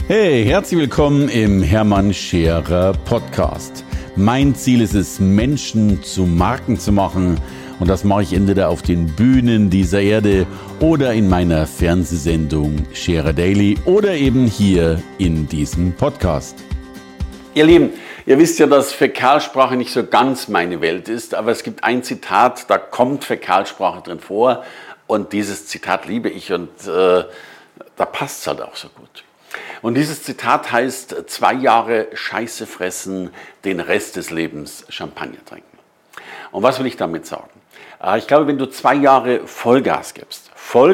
Hey, herzlich willkommen im Hermann Scherer Podcast. Mein Ziel ist es, Menschen zu Marken zu machen. Und das mache ich entweder auf den Bühnen dieser Erde oder in meiner Fernsehsendung Scherer Daily oder eben hier in diesem Podcast. Ihr Lieben, ihr wisst ja, dass Fäkalsprache nicht so ganz meine Welt ist, aber es gibt ein Zitat, da kommt Fäkalsprache drin vor und dieses Zitat liebe ich und da passt es halt auch so gut. Und dieses Zitat heißt, 2 Jahre Scheiße fressen, den Rest des Lebens Champagner trinken. Und was will ich damit sagen? Ich glaube, wenn du 2 Jahre Vollgas gibst,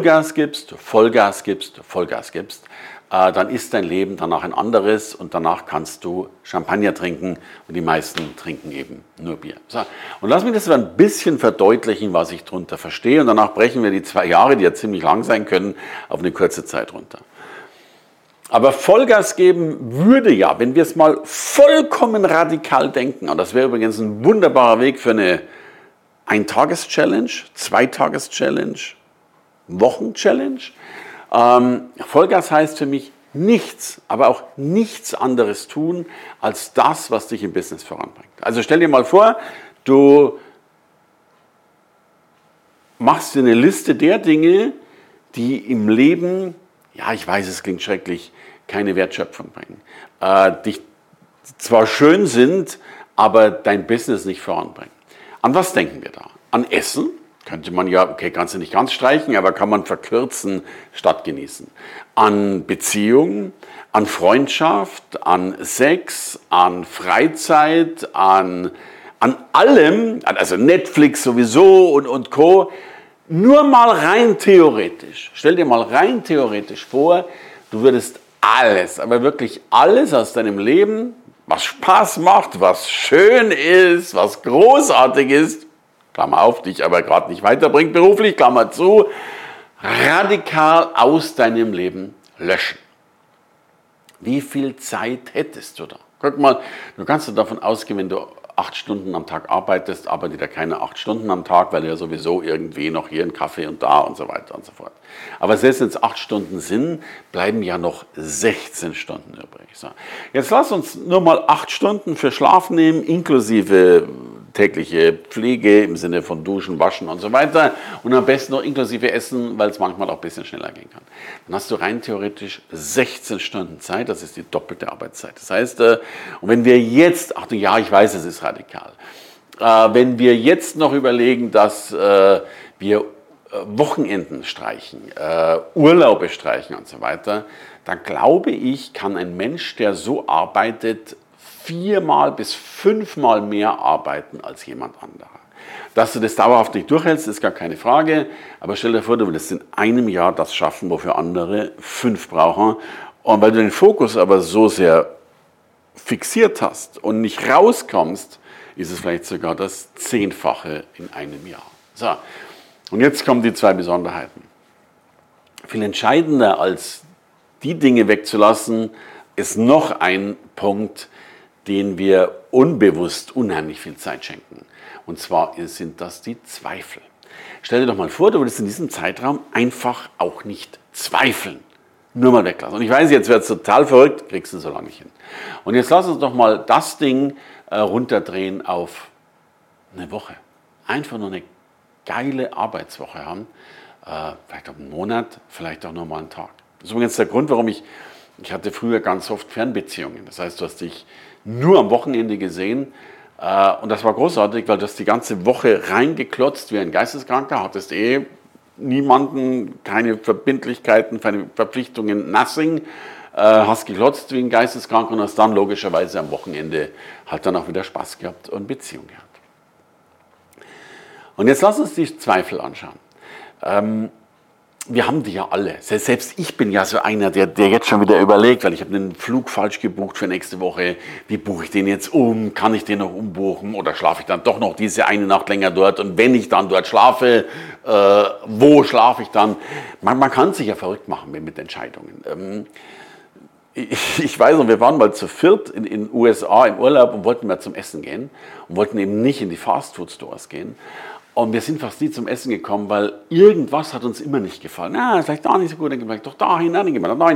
dann ist dein Leben danach ein anderes und danach kannst du Champagner trinken und die meisten trinken eben nur Bier. So, und lass mich das ein bisschen verdeutlichen, was ich darunter verstehe und danach brechen wir die 2 Jahre, die ja ziemlich lang sein können, auf eine kurze Zeit runter. Aber Vollgas geben würde ja, wenn wir es mal vollkommen radikal denken, und das wäre übrigens ein wunderbarer Weg für eine Ein-Tages-Challenge, 2-Tages-Challenge, Wochen-Challenge. Vollgas heißt für mich nichts, aber auch nichts anderes tun, als das, was dich im Business voranbringt. Also stell dir mal vor, du machst dir eine Liste der Dinge, die im Leben, ja, ich weiß, es klingt schrecklich, keine Wertschöpfung bringen. Die zwar schön sind, aber dein Business nicht voranbringen. An was denken wir da? An Essen? Könnte man ja, okay, kannst du nicht ganz streichen, aber kann man verkürzen statt genießen. An Beziehungen, an Freundschaft, an Sex, an Freizeit, an allem, also Netflix sowieso und Co., nur mal rein theoretisch, stell dir mal rein theoretisch vor, du würdest alles, aber wirklich alles aus deinem Leben, was Spaß macht, was schön ist, was großartig ist, Klammer auf, dich aber gerade nicht weiterbringt beruflich, Klammer zu, radikal aus deinem Leben löschen. Wie viel Zeit hättest du da? Guck mal, du kannst davon ausgehen, wenn du 8 Stunden am Tag arbeitest, arbeitet ja keine 8 Stunden am Tag, weil du ja sowieso irgendwie noch hier einen Kaffee und da und so weiter und so fort. Aber selbst wenn es 8 Stunden sind, bleiben ja noch 16 Stunden übrig. So. Jetzt lass uns nur mal 8 Stunden für Schlaf nehmen, inklusive tägliche Pflege im Sinne von Duschen, Waschen und so weiter und am besten noch inklusive Essen, weil es manchmal auch ein bisschen schneller gehen kann. Dann hast du rein theoretisch 16 Stunden Zeit, das ist die doppelte Arbeitszeit. Das heißt, und wenn wir jetzt, Achtung, ja, ich weiß, es ist radikal, wenn wir jetzt noch überlegen, dass wir Wochenenden streichen, Urlaube streichen und so weiter, dann glaube ich, kann ein Mensch, der so arbeitet, 4-mal bis 5-mal mehr arbeiten als jemand anderer. Dass du das dauerhaft nicht durchhältst, ist gar keine Frage, aber stell dir vor, du willst in einem Jahr das schaffen, wofür andere 5 brauchen. Und weil du den Fokus aber so sehr fixiert hast und nicht rauskommst, ist es vielleicht sogar das 10-fache in einem Jahr. So, und jetzt kommen die 2 Besonderheiten. Viel entscheidender als die Dinge wegzulassen, ist noch ein Punkt, den wir unbewusst unheimlich viel Zeit schenken. Und zwar sind das die Zweifel. Stell dir doch mal vor, du würdest in diesem Zeitraum einfach auch nicht zweifeln. Nur mal weglassen. Und ich weiß, jetzt wird es total verrückt, kriegst du so lange nicht hin. Und jetzt lass uns doch mal das Ding runterdrehen auf eine Woche. Einfach nur eine geile Arbeitswoche haben. Vielleicht auch einen Monat, vielleicht auch nur mal einen Tag. Das ist übrigens der Grund, warum ich hatte früher ganz oft Fernbeziehungen. Das heißt, du hast dich nur am Wochenende gesehen und das war großartig, weil du hast die ganze Woche reingeklotzt wie ein Geisteskranker, hattest niemanden, keine Verbindlichkeiten, keine Verpflichtungen, nothing, hast geklotzt wie ein Geisteskranker und hast dann logischerweise am Wochenende halt dann auch wieder Spaß gehabt und Beziehung gehabt. Und jetzt lass uns die Zweifel anschauen. Wir haben die ja alle. Selbst ich bin ja so einer, der jetzt schon wieder überlegt, weil ich habe einen Flug falsch gebucht für nächste Woche. Wie buche ich den jetzt um? Kann ich den noch umbuchen? Oder schlafe ich dann doch noch diese eine Nacht länger dort? Und wenn ich dann dort schlafe, wo schlafe ich dann? Man kann sich ja verrückt machen mit Entscheidungen. Ich weiß noch, wir waren mal zu viert in den USA im Urlaub und wollten mal zum Essen gehen und wollten eben nicht in die Fast-Food-Stores gehen. Und wir sind fast nie zum Essen gekommen, weil irgendwas hat uns immer nicht gefallen. Na, vielleicht da nicht so gut, dann gehen wir doch dahin, dann gehen wir dahin.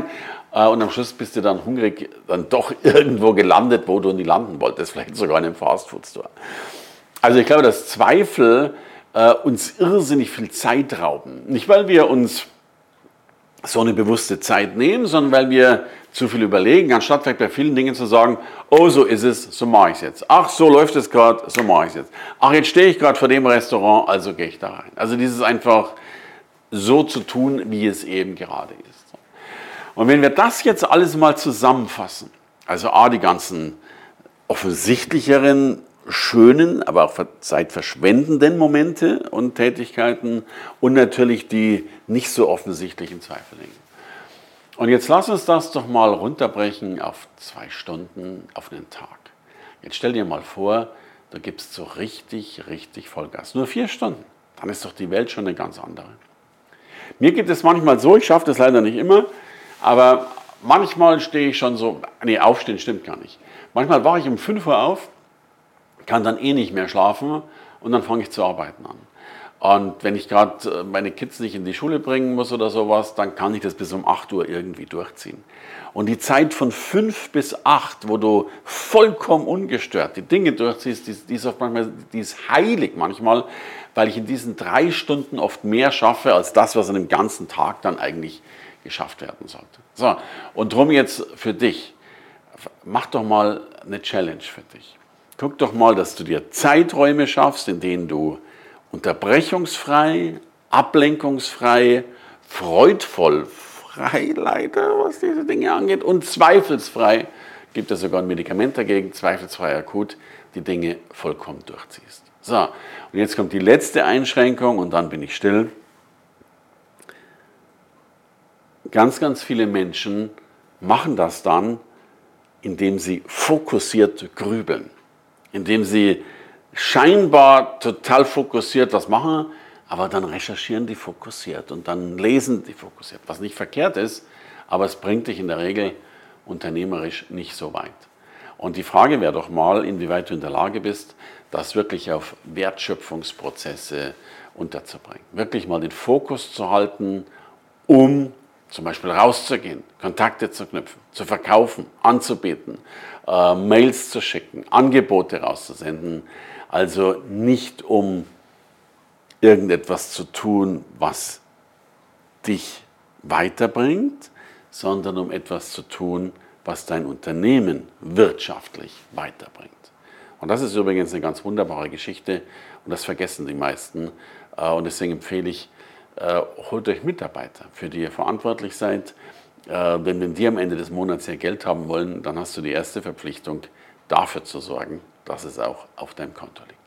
und am Schluss bist du dann hungrig, dann doch irgendwo gelandet, wo du nie landen wolltest, vielleicht sogar in einem Fastfood-Store. Also ich glaube, dass Zweifel uns irrsinnig viel Zeit rauben. Nicht, weil wir uns so eine bewusste Zeit nehmen, sondern weil wir zu viel überlegen, anstatt vielleicht bei vielen Dingen zu sagen, oh, so ist es, so mache ich es jetzt. Ach, so läuft es gerade, so mache ich es jetzt. Ach, jetzt stehe ich gerade vor dem Restaurant, also gehe ich da rein. Also dieses einfach so zu tun, wie es eben gerade ist. Und wenn wir das jetzt alles mal zusammenfassen, also die ganzen offensichtlicheren, schönen, aber auch zeitverschwendenden Momente und Tätigkeiten und natürlich die nicht so offensichtlichen Zweifeln. Und jetzt lass uns das doch mal runterbrechen auf 2 Stunden auf einen Tag. Jetzt stell dir mal vor, du gibst so richtig Vollgas. Nur 4 Stunden, dann ist doch die Welt schon eine ganz andere. Mir geht es manchmal so, ich schaffe das leider nicht immer, aber manchmal stehe ich schon so, aufstehen stimmt gar nicht. Manchmal wache ich um 5 Uhr auf, kann dann nicht mehr schlafen und dann fange ich zu arbeiten an. Und wenn ich gerade meine Kids nicht in die Schule bringen muss oder sowas, dann kann ich das bis um 8 Uhr irgendwie durchziehen. Und die Zeit von 5 bis 8, wo du vollkommen ungestört die Dinge durchziehst, die ist heilig manchmal, weil ich in diesen 3 Stunden oft mehr schaffe, als das, was an dem ganzen Tag dann eigentlich geschafft werden sollte. So, und darum jetzt für dich, mach doch mal eine Challenge für dich. Guck doch mal, dass du dir Zeiträume schaffst, in denen du unterbrechungsfrei, ablenkungsfrei, freudvoll, frei leider, was diese Dinge angeht, und zweifelsfrei, gibt es sogar ein Medikament dagegen, zweifelsfrei akut, die Dinge vollkommen durchziehst. So, und jetzt kommt die letzte Einschränkung und dann bin ich still. Ganz viele Menschen machen das dann, indem sie fokussiert grübeln, indem sie scheinbar total fokussiert was machen, aber dann recherchieren die fokussiert und dann lesen die fokussiert, was nicht verkehrt ist, aber es bringt dich in der Regel unternehmerisch nicht so weit. Und die Frage wäre doch mal, inwieweit du in der Lage bist, das wirklich auf Wertschöpfungsprozesse unterzubringen. Wirklich mal den Fokus zu halten, um zum Beispiel rauszugehen, Kontakte zu knüpfen, zu verkaufen, anzubieten, Mails zu schicken, Angebote rauszusenden. Also nicht um irgendetwas zu tun, was dich weiterbringt, sondern um etwas zu tun, was dein Unternehmen wirtschaftlich weiterbringt. Und das ist übrigens eine ganz wunderbare Geschichte und das vergessen die meisten. Und deswegen empfehle ich, holt euch Mitarbeiter, für die ihr verantwortlich seid. Denn wenn die am Ende des Monats ihr Geld haben wollen, dann hast du die erste Verpflichtung, dafür zu sorgen, dass es auch auf deinem Konto liegt.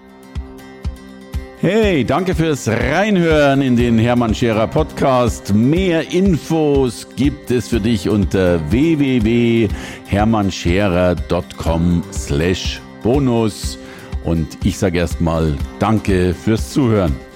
Hey, danke fürs Reinhören in den Hermann Scherer Podcast. Mehr Infos gibt es für dich unter www.hermannscherer.com/bonus. Und ich sage erstmal Danke fürs Zuhören.